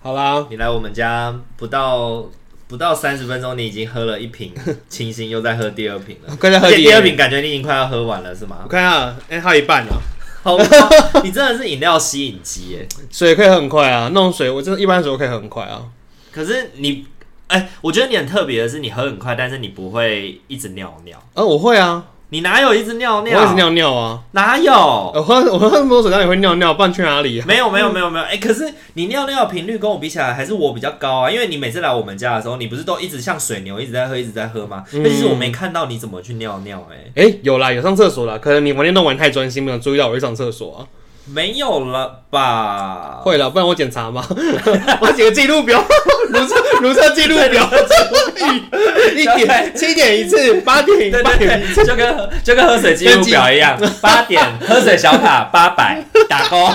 好啦， 你来我们家不到30分钟，你已经喝了一瓶清新，又在喝第二瓶了。 快再喝第二瓶，感觉你已经快要喝完了，是吗？ 我看一下，还有一半了。 好，你真的是饮料吸引机耶！ 水可以喝很快啊，那种水我真的一般水我可以喝很快啊。 可是你，我觉得你很特别的是，你喝很快，但是你不会一直尿尿。 我会啊。 你哪有一直尿尿？ 我一直尿尿啊！ 哪有？ 我喝那么多水，当然也会尿尿，不然去哪里啊？ 没有。可是你尿尿的频率跟我比起来，还是我比较高啊。因为你每次来我们家的时候，你不是都一直像水牛一直在喝吗？但其实我没看到你怎么去尿尿。 有啦，有上厕所啦。可能你玩电动玩太专心，没有注意到我去上厕所啊。 没有了吧？ 会了，不然我检查嘛。我写个记录表，如厕记录表。7点一次，8点一次， 就跟喝水记录表一样。8点喝水小卡800打勾。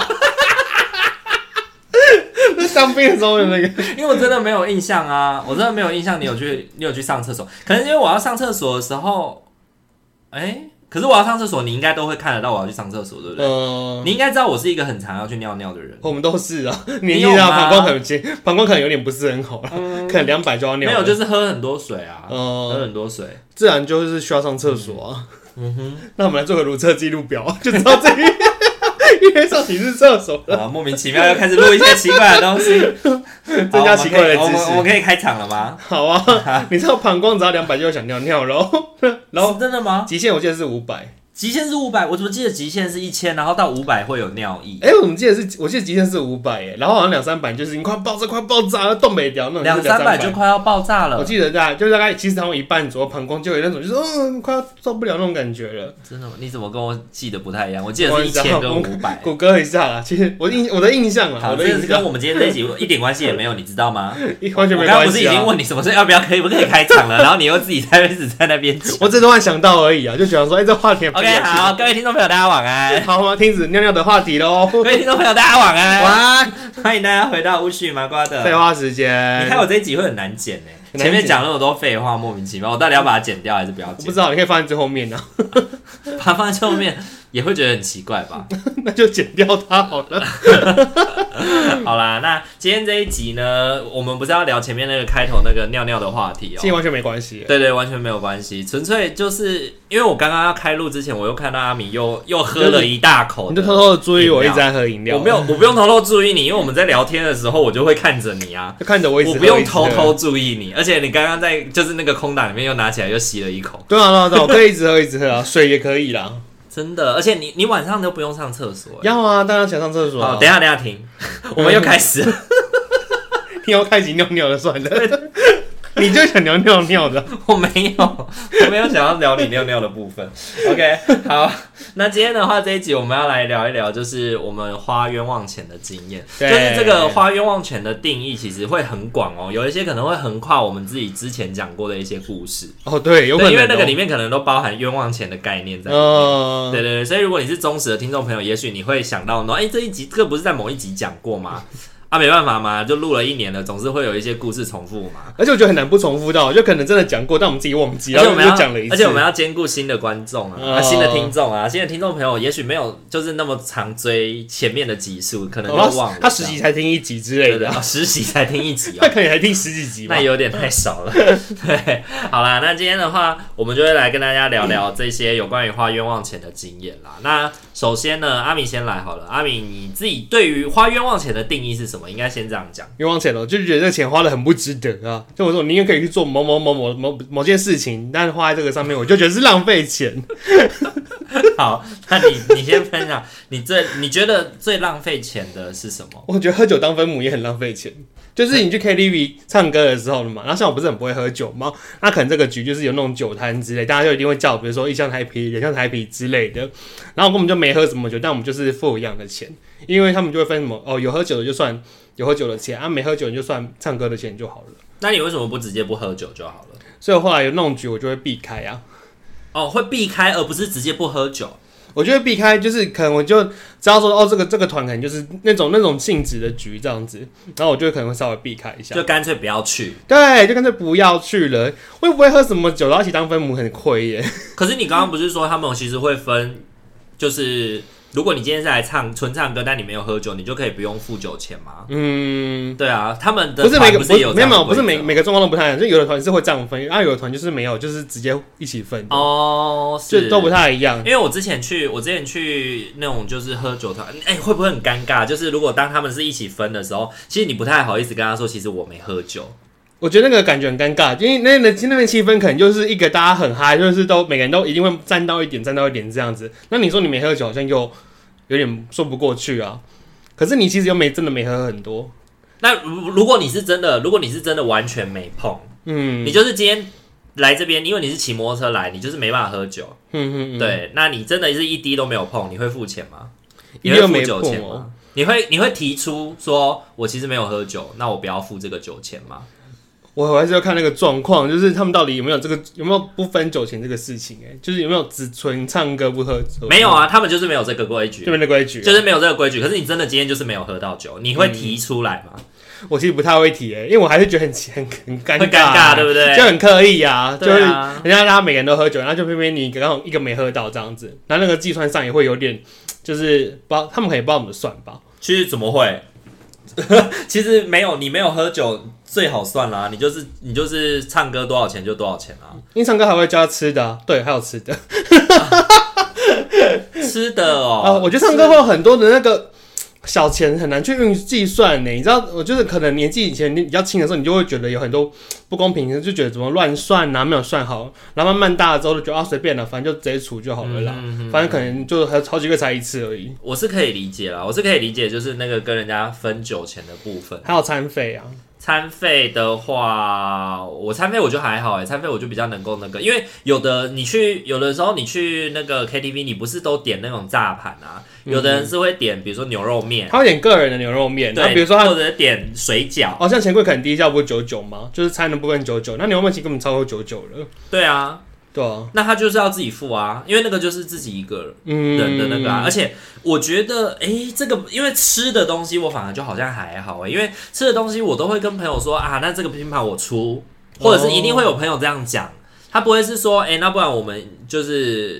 当兵的时候的那个， 因为我真的没有印象啊，我真的没有印象你有去上厕所，可能因为我要上厕所的时候，可是我要上厕所，你应该都会看得到我要去上厕所，对不对？你应该知道我是一个很常要去尿尿的人。 我们都是啊，年纪大，膀胱可能有点不是很好了，可能200就要尿。 没有，就是喝很多水啊，喝很多水， 自然就是需要上厕所啊。那我们来做个如厕记录表，就知道这个。因为到底是厕所了， 莫名其妙又开始录一些奇怪的东西， 增加奇怪的知识。 我们可以开场了吗？ 好啊，你知道膀胱只要200就会想尿尿了，然后真的吗？ 极限我记得是500。 极限是500，我怎么记得极限是1000，然后到500会有尿意？ 我怎么记得我记得极限是500然后好像200-300就是你快爆炸了，动没掉那种。 200-300就快要爆炸了。 我记得大概其实好像一半左右，膀胱就有那种就是快要受不了那种感觉了。 真的吗？你怎么跟我记得不太一样？我记得是1000跟500。 谷歌一下啦，其实我的印象啦， 这是跟我们今天这一集一点关系也没有，你知道吗？ 完全没关系。我刚刚不是已经问你什么时候可不可以开场了，然后你又自己在那边讲。 我只突然想到而已啊，就觉得说，这话题。 OK， 好，各位听众朋友，大家晚安。 好，我们停止尿尿的话题喽。 各位听众朋友，大家晚安。 晚安， 欢迎大家回到巫许麻瓜的废话时间。 你看我这一集会很难剪前面讲那么多废话，莫名其妙，我到底要把它剪掉还是不要剪？ 我不知道，你可以放在最后面啊。 把它放在最后面也会觉得很奇怪吧？ 那就剪掉它好了。 好啦，那今天这一集呢，我们不是要聊前面那个开头那个尿尿的话题其实完全没关系。 对，完全没有关系，纯粹就是因为我刚刚要开录之前，我又看到阿米又喝了一大口， 你就偷偷的注意我一直在喝饮料。 我不用偷偷注意你，因为我们在聊天的时候，我就会看着你啊， 就看着我一直喝。 我不用偷偷注意你，而且你刚刚在就是那个空档里面又拿起来又吸了一口。 对啊，我可以一直喝啊，水也可以啦。 真的，而且你晚上都不用上厕所。 要啊，当然想上厕所。 好，等一下停，我们又开始了。 听要开始尿尿了，算了。你就想聊尿尿的， 我没有想要聊你尿尿的部分。OK， 好，那今天的话这一集我们要来聊一聊，就是我们花冤枉钱的经验。就是这个花冤枉钱的定义其实会很广哦，有一些可能会横跨我们自己之前讲过的一些故事。 对，有可能因为那个里面可能都包含冤枉钱的概念在里面。对，所以如果你是忠实的听众朋友，也许你会想到说，这一集这个不是在某一集讲过吗？没办法嘛，就录了1年了，总是会有一些故事重复嘛。 而且我觉得很难不重复到，就可能真的讲过，但我们自己忘记，然后我们又讲了一次。 而且我们要兼顾新的观众新的听众新的听众朋友，也许没有就是那么常追前面的集数，可能就忘了。 他10集才听1集之类的 ，10集才听1集他可能还听10几集吧， 那有点太少了。对，好啦，那今天的话，我们就会来跟大家聊聊这些有关于花冤枉钱的经验啦。那首先呢，阿米先来好了。阿米，你自己对于花冤枉钱的定义是什么？应该先这样讲。 冤枉钱就觉得这个钱花得很不值得啊。就我说，我宁愿可以去做某件事情，但是花在这个上面，我就觉得是浪费钱。 好，那你先分享，你觉得最浪费钱的是什么？ 我觉得喝酒当分母也很浪费钱。就是你去 KTV 唱歌的时候了嘛，然后像我不是很不会喝酒嘛，那可能这个局就是有那种酒摊之类，大家就一定会叫，比如说1箱台啤、2箱台啤之类的，然后我根本就没喝什么酒，但我们就是付一样的钱，因为他们就会分什么有喝酒的就算有喝酒的钱没喝酒的就算唱歌的钱就好了。 那你为什么不直接不喝酒就好了？ 所以我后来有那种局我就会避开啊。 会避开而不是直接不喝酒。 我就会避开，就是可能我就知道说这个团可能就是那种性质的局这样子，然后我就可能会稍微避开一下， 就干脆不要去。 对，就干脆不要去了。我也不会喝什么酒，然后一起当分母很亏耶。 可是你刚刚不是说他们其实会分，就是如果你今天是来纯唱歌，但你没有喝酒，你就可以不用付酒钱吗？对啊，他们的团不是有这样的规则， 不是每个状况都不太一样，就有的团是会这样分，有的团就是没有，就是直接一起分哦， 就都不太一样。 因为我之前去那种就是喝酒团，会不会很尴尬？就是如果当他们是一起分的时候，其实你不太好意思跟他说，其实我没喝酒。 我觉得那个感觉很尴尬，因为那边气氛可能就是一个大家很嗨，就是每个人都一定会沾到一点这样子。那你说你没喝酒，好像又有点说不过去啊。可是你其实又真的没喝很多。 那如果你是真的完全没碰，你就是今天来这边，因为你是骑摩托车来，你就是没办法喝酒，对，那你真的是一滴都没有碰，你会付钱吗？你会付酒钱吗？你会提出说，我其实没有喝酒，那我不要付这个酒钱吗？ 我还是要看那个状况，就是他们到底有没有不分酒钱这个事情，就是有没有只纯唱歌不喝酒？ 没有啊，他们就是没有这个规矩， 这边的规矩就是没有这个规矩。可是你真的今天就是没有喝到酒，你会提出来吗？ 我其实不太会提，因为我还是觉得很尴尬，对不对？ 就很刻意啊， 对啊，就是人家大家每个人都喝酒，然后就偏偏你刚好一个没喝到这样子，然后那个计算上也会有点，就是他们可以帮我们算吧？ 其实怎么会？其实没有，你没有喝酒最好算啦，你就是唱歌多少钱就多少钱啊。 因为唱歌还会加吃的，对，还有吃的， 吃的哦。 我觉得唱歌会有很多的那个小钱很难去计算呢。你知道，我就是可能年纪以前比较轻的时候，你就会觉得有很多不公平，就觉得怎么乱算啊，没有算好，然后慢慢大了之后就觉得随便了，反正就直接除就好了啦。反正可能就还有好几个才一次而已。 我是可以理解啦，我是可以理解，就是那个跟人家分酒钱的部分， 还有餐费啊。 餐费的话，餐费我就还好餐费我就比较能够那个，因为有的时候你去那个 KTV， 你不是都点那种炸盘啊，有的人是会点，比如说牛肉面， 他会点个人的牛肉面， 对， 比如说或者点水饺， 像钱柜肯低价不是99吗？就是餐的部分99，那牛肉面其实根本超过99了。 对啊。 对啊， 那他就是要自己付啊，因为那个就是自己一个人的那个而且我觉得，这个因为吃的东西我反而就好像还好因为吃的东西我都会跟朋友说啊，那这个拼盘我出，或者是一定会有朋友这样讲，他不会是说，那不然我们就是，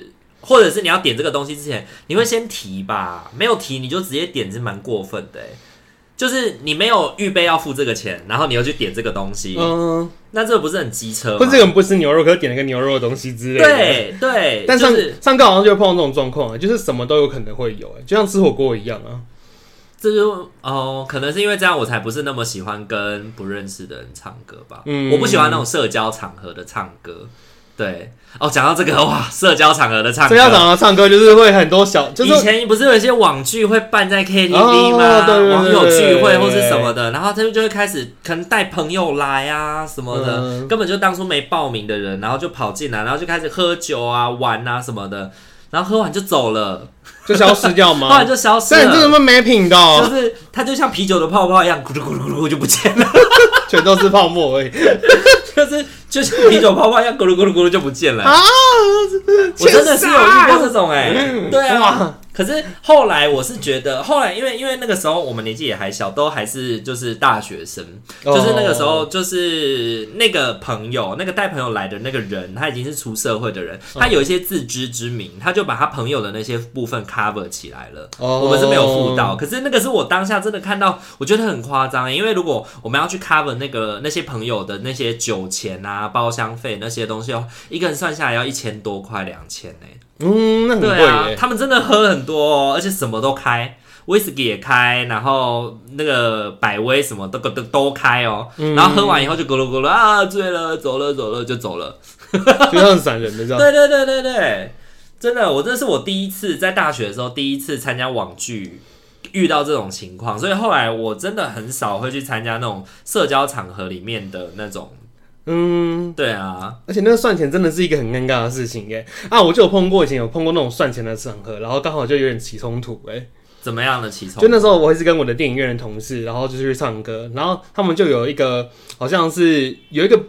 或者是你要点这个东西之前，你会先提吧，没有提你就直接点是蛮过分的就是你没有预备要付这个钱，然后你又去点这个东西，那这个不是很机车吗？ 或者这个人不吃牛肉，可是点了个牛肉的东西之类的。 对， 但上课好像就会碰到这种状况，就是什么都有可能会有，就像吃火锅一样啊。 这就可能是因为这样，我才不是那么喜欢跟不认识的人唱歌吧。我不喜欢那种社交场合的唱歌。对，讲到这个哇，社交场合的唱歌， 社交场合唱歌就是会很多就是以前不是有一些网剧会办在 KTV 吗？ 对， 网友聚会或是什么的，然后他们就会开始可能带朋友来啊什么的，根本就当初没报名的人，然后就跑进来，然后就开始喝酒啊、玩啊什么的，然后喝完就走了。 就消失掉吗？ 后来就消失了。 但你这怎么没品的就是它就像啤酒的泡泡一样，咕噜咕噜咕噜就不见了， 全都是泡沫而已。 就像啤酒泡泡一样，咕噜咕噜咕噜就不见了啊！我真的是有遇过这种对啊。可是后来我是觉得，后来因为那个时候我们年纪也还小，都还是就是大学生，就是那个时候就是那个朋友，那个带朋友来的那个人，他已经是出社会的人，他有一些自知之明，他就把他朋友的那些部分 cover 起来了。我们是没有付到，可是那个是我当下真的看到，我觉得很夸张，因为如果我们要去 cover 那些朋友的那些酒钱啊、包厢费那些东西一个人算下来要1000多块、2000 那很贵对啊，他们真的喝很多而且什么都开，威士忌也开，然后那个百威什么都开然后喝完以后就咕噜咕噜啊，醉了，走了就走了， 就像散人的这样。 对，真的，这是我第一次在大学的时候第一次参加网剧。遇到这种情况，所以后来我真的很少会去参加那种社交场合里面的那种。对啊， 而且那个算钱真的是一个很尴尬的事情我就以前有碰过那种算钱的场合，然后刚好就有点起冲突怎么样的起冲突？ 就那时候我还是跟我的电影院的同事，然后就去唱歌，然后他们就有一个好像是有一个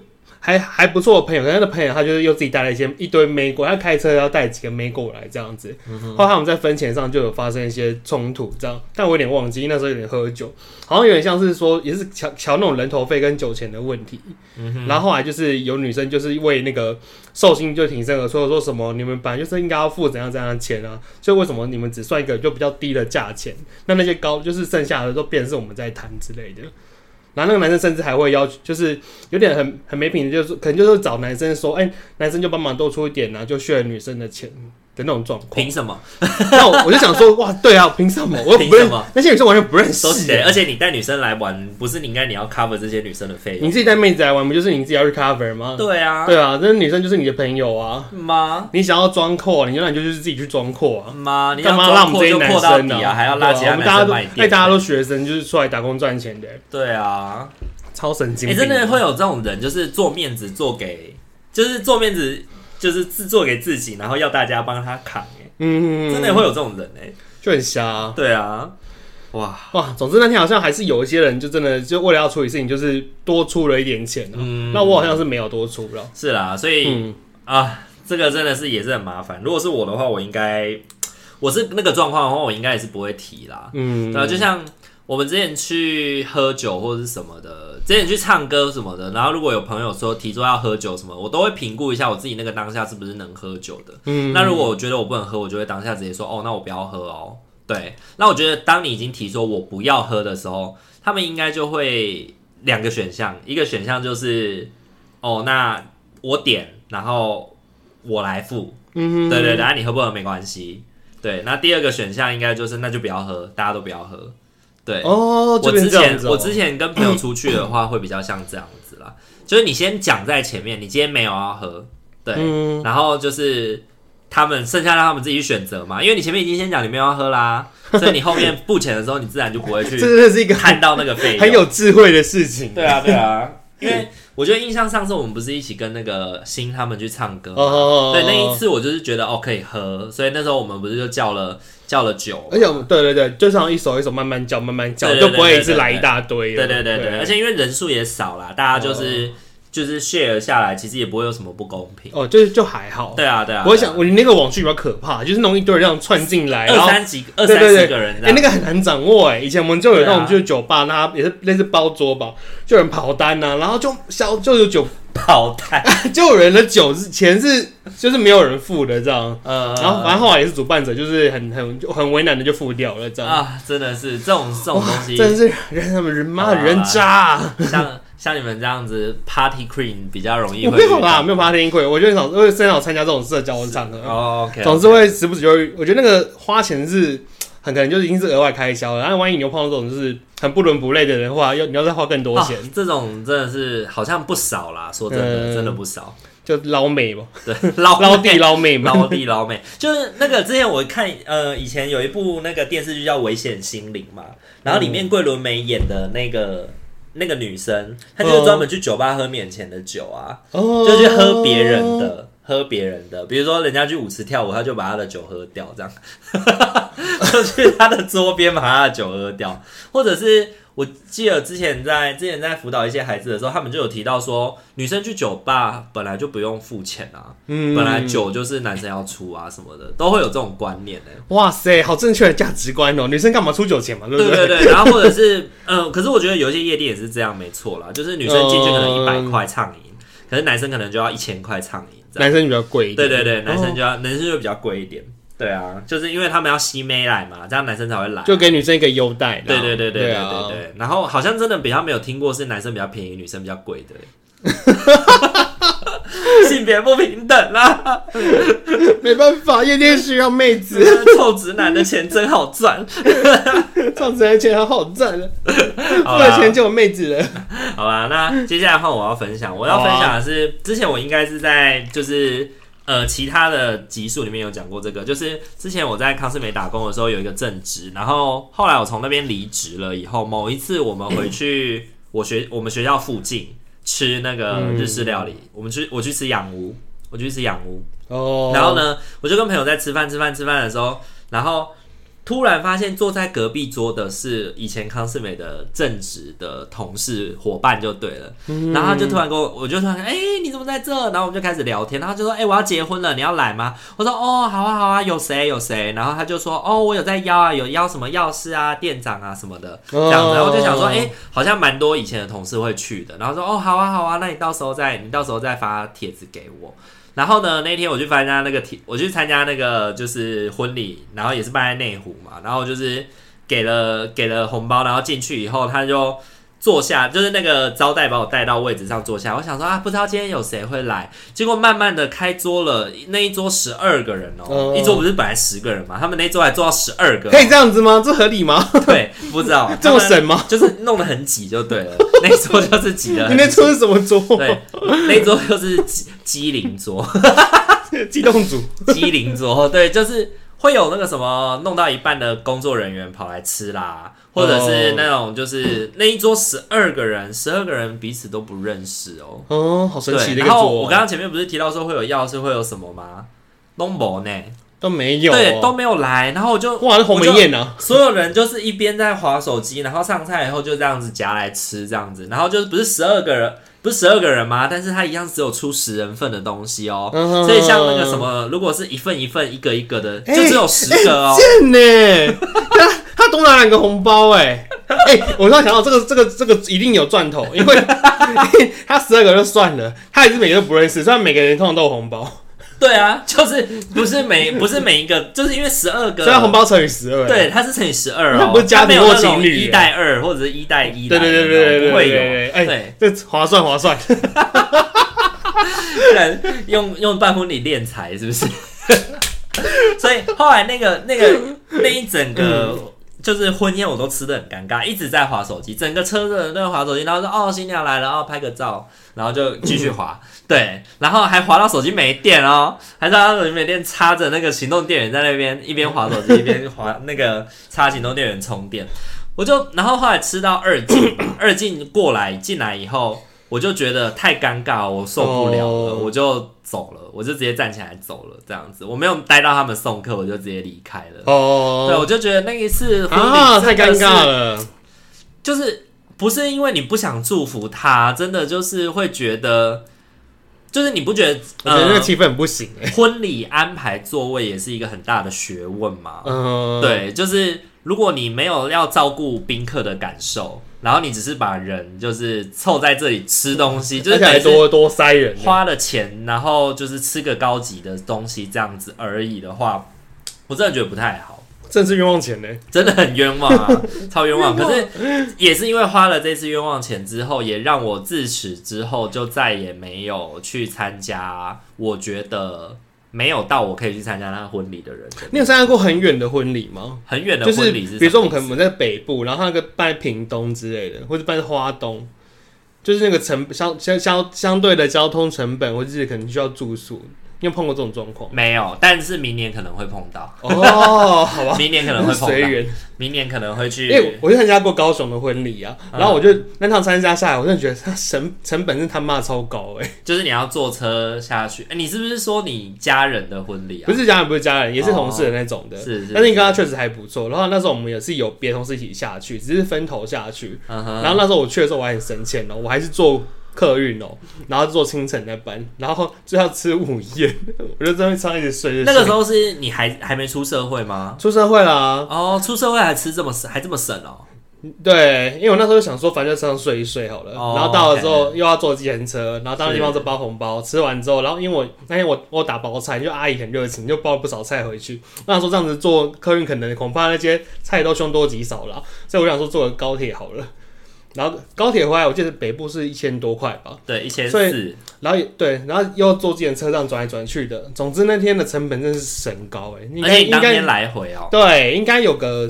还不错的朋友，可是他的朋友他就是又自己带了一堆妹过来，他开车要带几个妹过来这样子。后来他们在分钱上就有发生一些冲突，这样，但我有点忘记，那时候有点喝酒，好像有点像是说也是瞧那种人头费跟酒钱的问题。然后后来就是有女生就是为那个寿星就挺身而出，说什么你们本来就是应该要付怎样的钱啊，所以为什么你们只算一个就比较低的价钱？那些高就是剩下的都变成是我们在谈之类的。然后那个男生甚至还会要求，就是有点很没品的，就是可能就是找男生说，男生就帮忙多出一点啊，就share女生的钱的那种状况。 凭什么？ 那我就想说，哇，对啊，凭什么？我不认识那些女生完全不认识。 而且你带女生来玩，不是你应该你要 cover 这些女生的费用？ 你自己带妹子来玩，不就是你自己要去 cover 吗？ 对啊， 对啊，这女生就是你的朋友啊。 妈， 你想要装阔，你就是自己去装阔啊。 妈，你干嘛让我们这些男生啊？还要拉其他男生买店？ 大家都学生，就是出来打工赚钱的。 对啊。 超神经病！ 真的会有这种人，就是做面子做给，就是做面子，就是做给自己，然后要大家帮他扛。真的会有这种人就很瞎啊。 对啊，哇， 总之那天好像还是有一些人就真的就为了要处理事情，就是多出了一点钱啊。那我好像是没有多出了。 是啦，所以这个真的是也是很麻烦。如果是我的话，我是那个状况的话，我应该也是不会提啦。对，就像。我们之前去喝酒或者是什么的，之前去唱歌什么的，然后如果有朋友提出要喝酒什么，我都会评估一下我自己那个当下是不是能喝酒的。那如果我觉得我不能喝，我就会当下直接说，那我不要喝哦。对，那我觉得当你已经提说我不要喝的时候，他们应该就会2个选项，一个选项就是那我点，然后我来付。对对对，你喝不喝没关系。对，那第2个选项应该就是那就不要喝，大家都不要喝。对我之前跟朋友出去的话，会比较像这样子啦，就是你先讲在前面，你今天没有要喝，对，然后就是剩下让他们自己去选择嘛，因为你前面已经先讲你没有要喝啦，所以你后面付钱的时候，你自然就不会去， 这是一个看到那个费用， 很有智慧的事情。 对啊，对啊，因为我觉得印象上次我们不是一起跟那个新他们去唱歌嘛，对，那一次我就是觉得可以喝，所以那时候我们不是就叫了酒， 而且对，就是一手一手慢慢叫，就不会一次来一大堆。 对，而且因为人数也少啦，大家就是 share 下来，其实也不会有什么不公平。 就还好。 对啊。 我想你那个网剧比较可怕，就是弄一堆人这样窜进来， 二三十个人， 那个很难掌握。以前我们就有那种就是酒吧，那也是类似包桌吧，就有人跑单啊，然后就有酒跑单， 就有人的酒钱是就是没有人付的这样。然后反正后来也是主办者就是很为难的就付掉了这样啊，真的是这种东西， 真的是他们人渣。 像你们这样子 party queen 比较容易会。 我没有啦，没有 party queen， 我觉得很少参加这种社交场合。 OK， 总之会时不时就会，我觉得那个花钱是很可能就已经是额外开销了。然后万一你又碰到这种就是很不伦不类的人的话，你要再花更多钱。 这种真的是好像不少啦，说真的，真的不少。 就捞妹嘛， 对， 捞弟捞妹嘛， 捞弟捞妹，就是那个之前我看以前有一部那个电视剧叫《危险心灵》嘛，然后里面桂纶镁演的那个女生，她就是专门去酒吧喝免钱的酒啊，就去喝别人的，比如说人家去舞池跳舞，她就把她的酒喝掉，这样，就去她的桌边把她的酒喝掉，或者是。我记得之前在辅导一些孩子的时候，他们就有提到说，女生去酒吧本来就不用付钱啊，本来酒就是男生要出啊什么的，都会有这种观念哇塞，好正确的价值观哦！女生干嘛出酒钱嘛？对不对？ 对，然后或者是可是我觉得有一些夜店也是这样，没错啦，就是女生进去可能100块畅饮，可是男生可能就要1000块畅饮， 男生比较贵一点。 对，男生就比较贵一点。对啊，就是因为他们要吸妹来嘛，这样男生才会来， 就给女生一个优待。 对。然后好像真的比较没有听过是男生比较便宜，女生比较贵的。性别不平等啦， 没办法，夜店需要妹子。 臭直男的钱真好赚， 臭直男的钱好好赚了，付了钱就有妹子了。 好啦，那接下来换我要分享，的是之前我应该是在就是其他的集数里面有讲过这个，就是之前我在康是美打工的时候有一个正职，然后后来我从那边离职了以后，某一次我们回去我们学校附近吃那个日式料理，我去吃洋屋，然后呢，我就跟朋友在吃饭的时候，然后突然发现坐在隔壁桌的是以前康世美的正职的同事伙伴就对了，然后他就突然跟我就突然你怎么在这？然后我们就开始聊天，然后就说我要结婚了，你要来吗？我说哦好啊好啊，有谁？然后他就说我有在邀啊，有邀什么药师啊、店长啊什么的这样子，然后我就想说好像蛮多以前的同事会去的，然后说好啊好啊，那你到时候再发帖子给我。然后呢，那天我去参加那个就是婚礼，然后也是办在内湖嘛，然后就是给了红包，然后进去以后他就坐下，就是那个招待把我带到位置上坐下。我想说不知道今天有谁会来，结果慢慢的开桌了，那一桌12个人一桌不是本来10个人嘛，他们那一桌还坐到12个， 可以这样子吗？这合理吗？ 对，不知道这么省吗？ 就是弄得很挤就对了，那一桌就是挤的。 你那桌是什么桌？ 对，那一桌就是机灵桌， 机动组， 机灵桌，对，就是会有那个什么弄到一半的工作人员跑来吃啦。或者是那种就是那一桌12个人彼此都不认识好神奇的一个桌。 然后我刚刚前面不是提到说会有药师会有什么吗？都没呢， 都没有， 对，都没有来。然后我就哇，这鸿门宴啊！ 所有人就是一边在滑手机，然后上菜以后就这样子夹来吃这样子，然后就是不是12个人吗？但是他一样只有出10人份的东西所以像那个什么，如果是一份一份一个一个的，就只有10个贱呢！他多拿2个红包我突然想到这个一定有赚头，因为他12个就算了，他也是每个都不认识，虽然每个人通常都有红包。 对啊，就是不是每一个，就是因为12个， 所以红包乘以12， 对，它是乘以12 它不是家庭或情侣 1带2或者是1带1， 对， 不会有，对， 这划算， 用办婚礼敛财是不是？所以后来那一整个就是婚宴我都吃得很尴尬，一直在滑手机，整个车的那个滑手机，然后说新娘来了拍个照，然后就继续滑，对，然后还滑到手机没电还让手机没电，插着那个行动电源在那边一边滑手机一边滑那个插行动电源充电，然后后来吃到2进进来以后。我就觉得太尴尬了，我受不了了，我就走了，我就直接站起来走了，这样子，我没有待到他们送客，我就直接离开了。对，我就觉得那一次婚礼太尴尬了， 就是不是因为你不想祝福他，真的就是会觉得，就是你不觉得？ 我觉得那个气氛很不行婚礼安排座位也是一个很大的学问嘛。对，就是如果你没有要照顾宾客的感受。然后你只是把人就是凑在这里吃东西，就是等于多塞人， 花了钱，然后就是吃个高级的东西这样子而已的话，我真的觉得不太好。 真是冤枉钱呢， 真的很冤枉啊，超冤枉。可是也是因为花了这次冤枉钱之后，也让我自此之后就再也没有去参加。我觉得。没有到我可以去参加那个婚礼的人。 你有参加过很远的婚礼吗？ 很远的婚礼是比如说我们在北部，然后他那个办在屏东之类的，或者办在花东，就是那个相对的交通成本，或者是可能需要住宿。你有碰过这种状况？ 没有，但是明年可能会碰到。 好吧， 明年可能会碰到。 随缘， 明年可能会去。 因为我去参加过高雄的婚礼啊，然后我就那趟参加下来，我真的觉得它成本是他妈超高就是你要坐车下去。你是不是说你家人的婚礼啊？ 不是家人，不是家人，也是同事的那种的。 是。 但是你跟他确实还不错。然后那时候我们也是有别的同事一起下去，只是分头下去。然后那时候我去的时候我还很省钱我还是坐客运然后坐清晨那班，然后就要吃午宴，我就在那边上一直睡。 那个时候是你还没出社会吗？ 出社会啦。 出社会还这么省对，因为我那时候想说，反正就车上睡一睡好了。然后到了之后又要坐计程车，然后到那地方就包红包，吃完之后，然后因为那天我打包菜，就阿姨很热情，就包了不少菜回去。我想说这样子坐客运可能恐怕那些菜都凶多吉少啦，所以我想说坐个高铁好了。然后高铁回来，我记得北部是1000多块吧？ 对，1400。 然后又坐计程车这样转来转去的。总之那天的成本真是神高而且你当天来回对，应该有个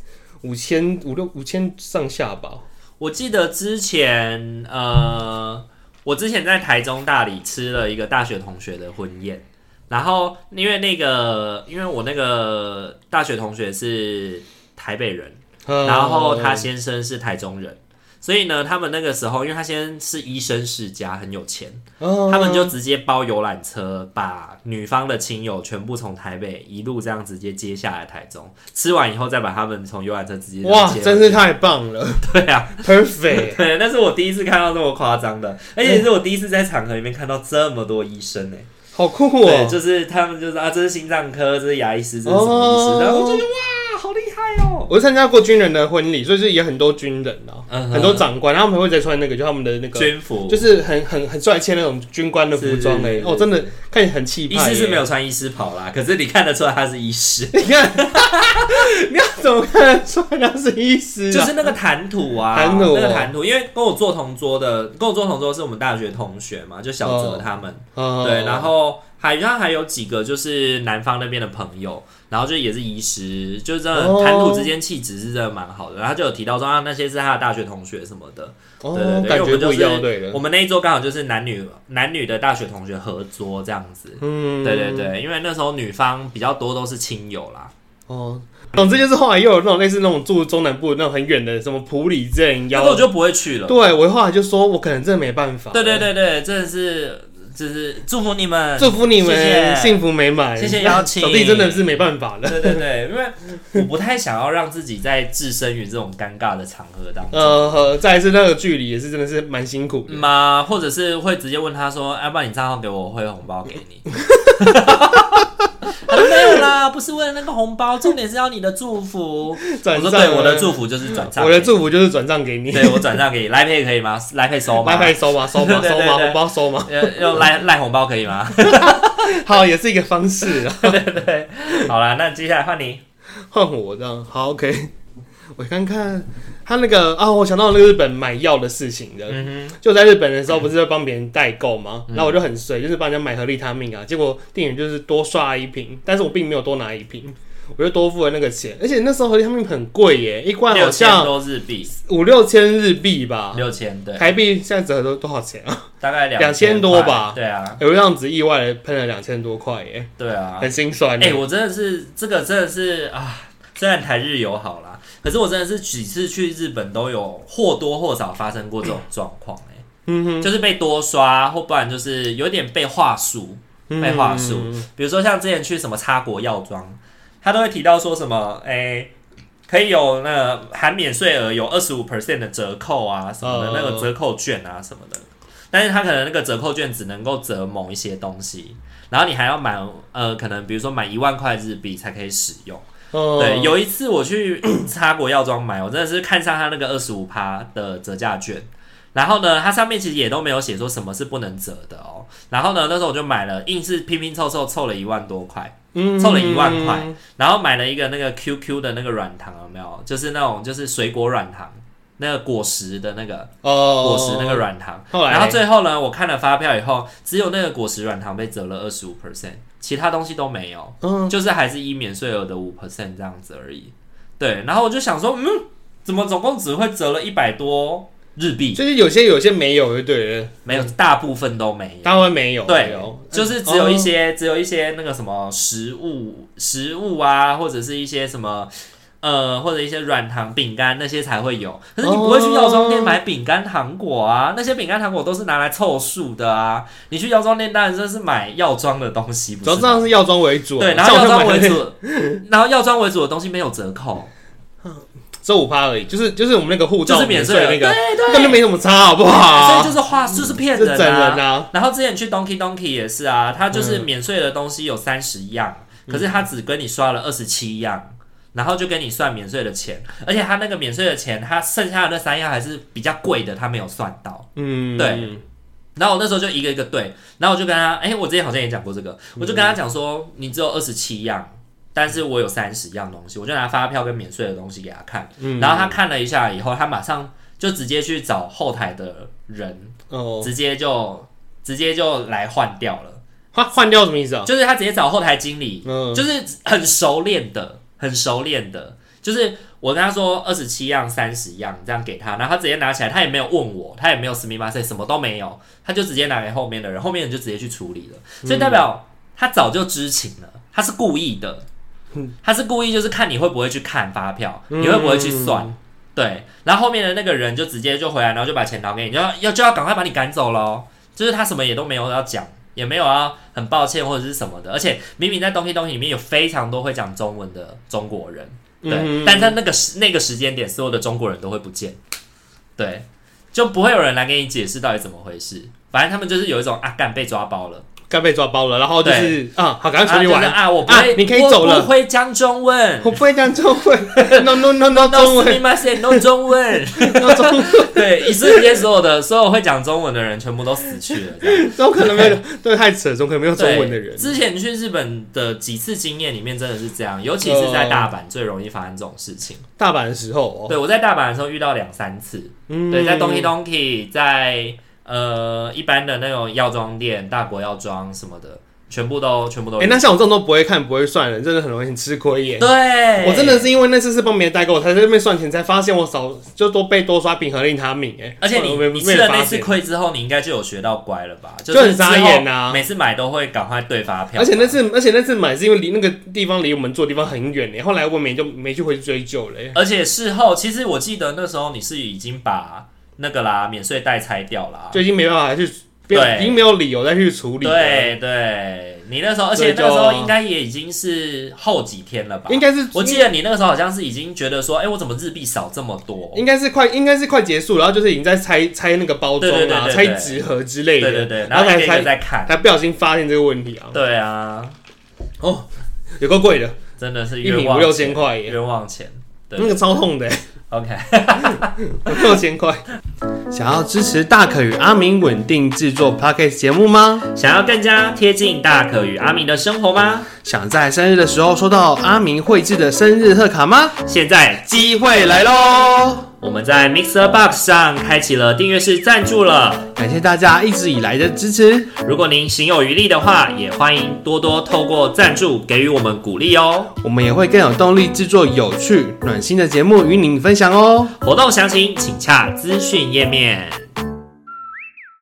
5000上下吧。 我记得之前我之前在台中大理吃了一个大学同学的婚宴，然后因为我那个大学同学是台北人。然后他先生是台中人， 所以呢，他们那个时候，因为他先是医生世家，很有钱，他们就直接包游览车，把女方的亲友全部从台北一路这样直接接下来台中，吃完以后再把他们从游览车直接哇，真是太棒了！ 对啊 ，perfect。 对，那是我第一次看到这么夸张的，而且是我第一次在场合里面看到这么多医生哎。 好酷哦！ 对，就是他们就是啊，这是心脏科，这是牙医师，这是什么医师？然后我觉得哇，好厉害哦！ 我参加过军人的婚礼，所以也很多军人啊，很多长官，他们会再穿那个，就他们的那个军服， 就是很帅气那种军官的服装哎，哦，真的看起来很气派。 医师是没有穿医师袍啦，可是你看得出来他是医师。 你看，你要怎么看得出来他是医师？ 就是那个谈吐啊，那个谈吐，因为跟我坐同桌是我们大学同学嘛，就小泽他们，对，然后。好像还有几个就是南方那边的朋友，然后就也是医师，就真的谈吐之间气质是真的蛮好的。然后他就有提到说那些是他的大学同学什么的，对， 感觉不一样，对的。 我们那一桌刚好就是男女的大学同学合桌这样子，对，因为那时候女方比较多都是亲友啦。 总之就是后来又有那种类似那种住中南部那种很远的什么埔里之类， 那我就不会去了。 对，我后来就说我可能真的没办法。 对，真的是。就是祝福你们， 谢谢幸福美满， 谢谢邀请。 小弟真的是没办法了。 对，因为我不太想要让自己在置身于这种尴尬的场合当中。 再来是那个距离也是真的是蛮辛苦的嘛，或者是会直接问他说：“要不然你账号给我汇红包给你。”他说没有啦，不是为了那个红包，重点是要你的祝福。我说对，我的祝福就是转账， 我的祝福就是转账给你。 对，我转账给你，来配可以吗？来配收吗？ 来配收吗？收吗？红包收吗？ 用赖红包可以吗？ 好，也是一个方式。 对，好啦，那接下来换你， 换我这样。好 ，OK。我看看他那个我想到那个日本买药的事情的，就在日本的时候不是在帮别人代购吗？然后我就很衰，就是帮人家买合利他命啊，结果店员就是多刷一瓶，但是我并没有多拿一瓶，我就多付了那个钱，而且那时候合利他命很贵耶，一罐好像 6000多日币 ，5-6千日币吧 ，6000对， 台币现在折合多少钱啊？ 大概 2000多吧， 对啊， 有这样子意外的喷了2000多块耶， 对啊， 很心酸。 我真的是这个真的是啊，虽然台日友好啦。可是我真的是几次去日本都有或多或少发生过这种状况就是被多刷，或不然就是有点被话术，比如说像之前去什么插国药妆，他都会提到说什么，可以有那个含免税额有25% 的折扣啊什么的，那个折扣券啊什么的，但是他可能那个折扣券只能够折某一些东西，然后你还要买可能比如说买1万块日币才可以使用。对，有一次我去插国药妆买，我真的是看上它那个25%的折价券，然后呢，它上面其实也都没有写说什么是不能折的哦。然后呢，那时候我就买了，硬是拼拼凑凑了1万多块，凑了1万块，然后买了一个那个 QQ 的那个软糖，有没有？就是那种就是水果软糖。那个果实的那个果实那个软糖，然后最后呢，我看了发票以后，只有那个果实软糖被折了25%，其他东西都没有，就是还是依免税额的5% 这样子而已。对，然后我就想说，怎么总共只会折了100多日币？ 就是有些没有，就对了， 没有，大部分都没有， 大部分没有， 对，就是只有一些那个什么食物啊，或者是一些什么。或者一些软糖、饼干那些才会有，可是你不会去药妆店买饼干糖果啊，那些饼干糖果都是拿来凑数的啊。你去药妆店当然就是买药妆的东西， 主要这样是药妆为主， 对，然后药妆为主，然后药妆为主的东西没有折扣， 只有5%而已，就是我们那个护照就是免税那个， 对， 根本没什么差，好不好？ 所以就是骗人啊， 整人啊。 然后之前去 Donkey 也是啊，他就是免税的东西有30样，可是他只跟你刷了27样。然后就跟你算免税的钱，而且他那个免税的钱，他剩下的那3样还是比较贵的，他没有算到。对。然后我那时候就一个一个对，然后我就跟他，我之前好像也讲过这个，我就跟他讲说，你只有27样，但是我有30样东西，我就拿发票跟免税的东西给他看，然后他看了一下以后，他马上就直接去找后台的人，直接就来换掉了。 换掉什么意思啊？ 就是他直接找后台经理，就是很熟练的，就是我跟他说27样、30样这样给他，然后他直接拿起来，他也没有问我，他也没有すみません，什么都没有，他就直接拿给后面的人，后面人就直接去处理了，所以代表他早就知情了，他是故意的，就是看你会不会去看发票，你会不会去算。 对，然后后面的那个人就直接就回来，然后就把钱掏给你，就要赶快把你赶走咯。就是他什么也都没有要讲，也没有要很抱歉或者是什么的，而且明明在东西里面有非常多会讲中文的中国人，对，但在那个时间点，所有的中国人都会不见，对，就不会有人来给你解释到底怎么回事，反正他们就是有一种干被抓包了。 该被抓包了，然后就是好，赶快处理完我不会， 你可以走了。 我不会讲中文， 我不会讲中文，no 中文 ，no 中文，no 中文。对，一瞬间所有会讲中文的人全部都死去了， 怎么可能没有？对，太扯，怎么可能没有中文的人？ 之前去日本的几次经验里面真的是这样，尤其是在大阪最容易发生这种事情。 大阪的时候， 对，我在大阪的时候遇到2-3次，对，在 Donkey， 在一般的那种药妆店、大国药妆什么的，全部都。 那像我这种都不会看、不会算的，真的很容易吃亏耶。 对， 我真的是因为那次是帮别人代购，我才在那边算钱，才发现我就被多刷饼和令他命哎。 而且你吃了那次亏之后，你应该就有学到乖了吧？ 就很傻眼啊！ 每次买都会赶快对发票。 而且那次买是因为离那个地方离我们住的地方很远嘞，后来我就没去回去追究了。 而且事后，其实我记得那时候你是已经把那个啦免税袋拆掉啦， 就已经没办法去，已经没有理由再去处理了。 对，你那时候，而且那个时候应该也已经是后几天了吧？ 应该是， 我记得你那个时候好像是已经觉得说，我怎么日币少这么多？ 应该是快结束，然后就是已经在拆那个包装啊，拆纸盒之类的。 对，然后才在看， 才不小心发现这个问题啊。 对啊， 有够贵的， 真的是 1瓶5-6千块耶， 冤枉钱， 那个超痛的。 OK， 6千块。想要支持大可与阿明稳定制作 Podcast 节目吗？ 想要更加贴近大可与阿明的生活吗？ 想在生日的时候收到阿明绘制的生日贺卡吗？ 现在机会来咯！ 我们在 Mixer Box 上开启了订阅式赞助了， 感谢大家一直以来的支持。 如果您行有余力的话，也欢迎多多透过赞助给予我们鼓励哦。 我们也会更有动力制作有趣、暖心的节目与您分享哦。 活动详情请洽资讯页面。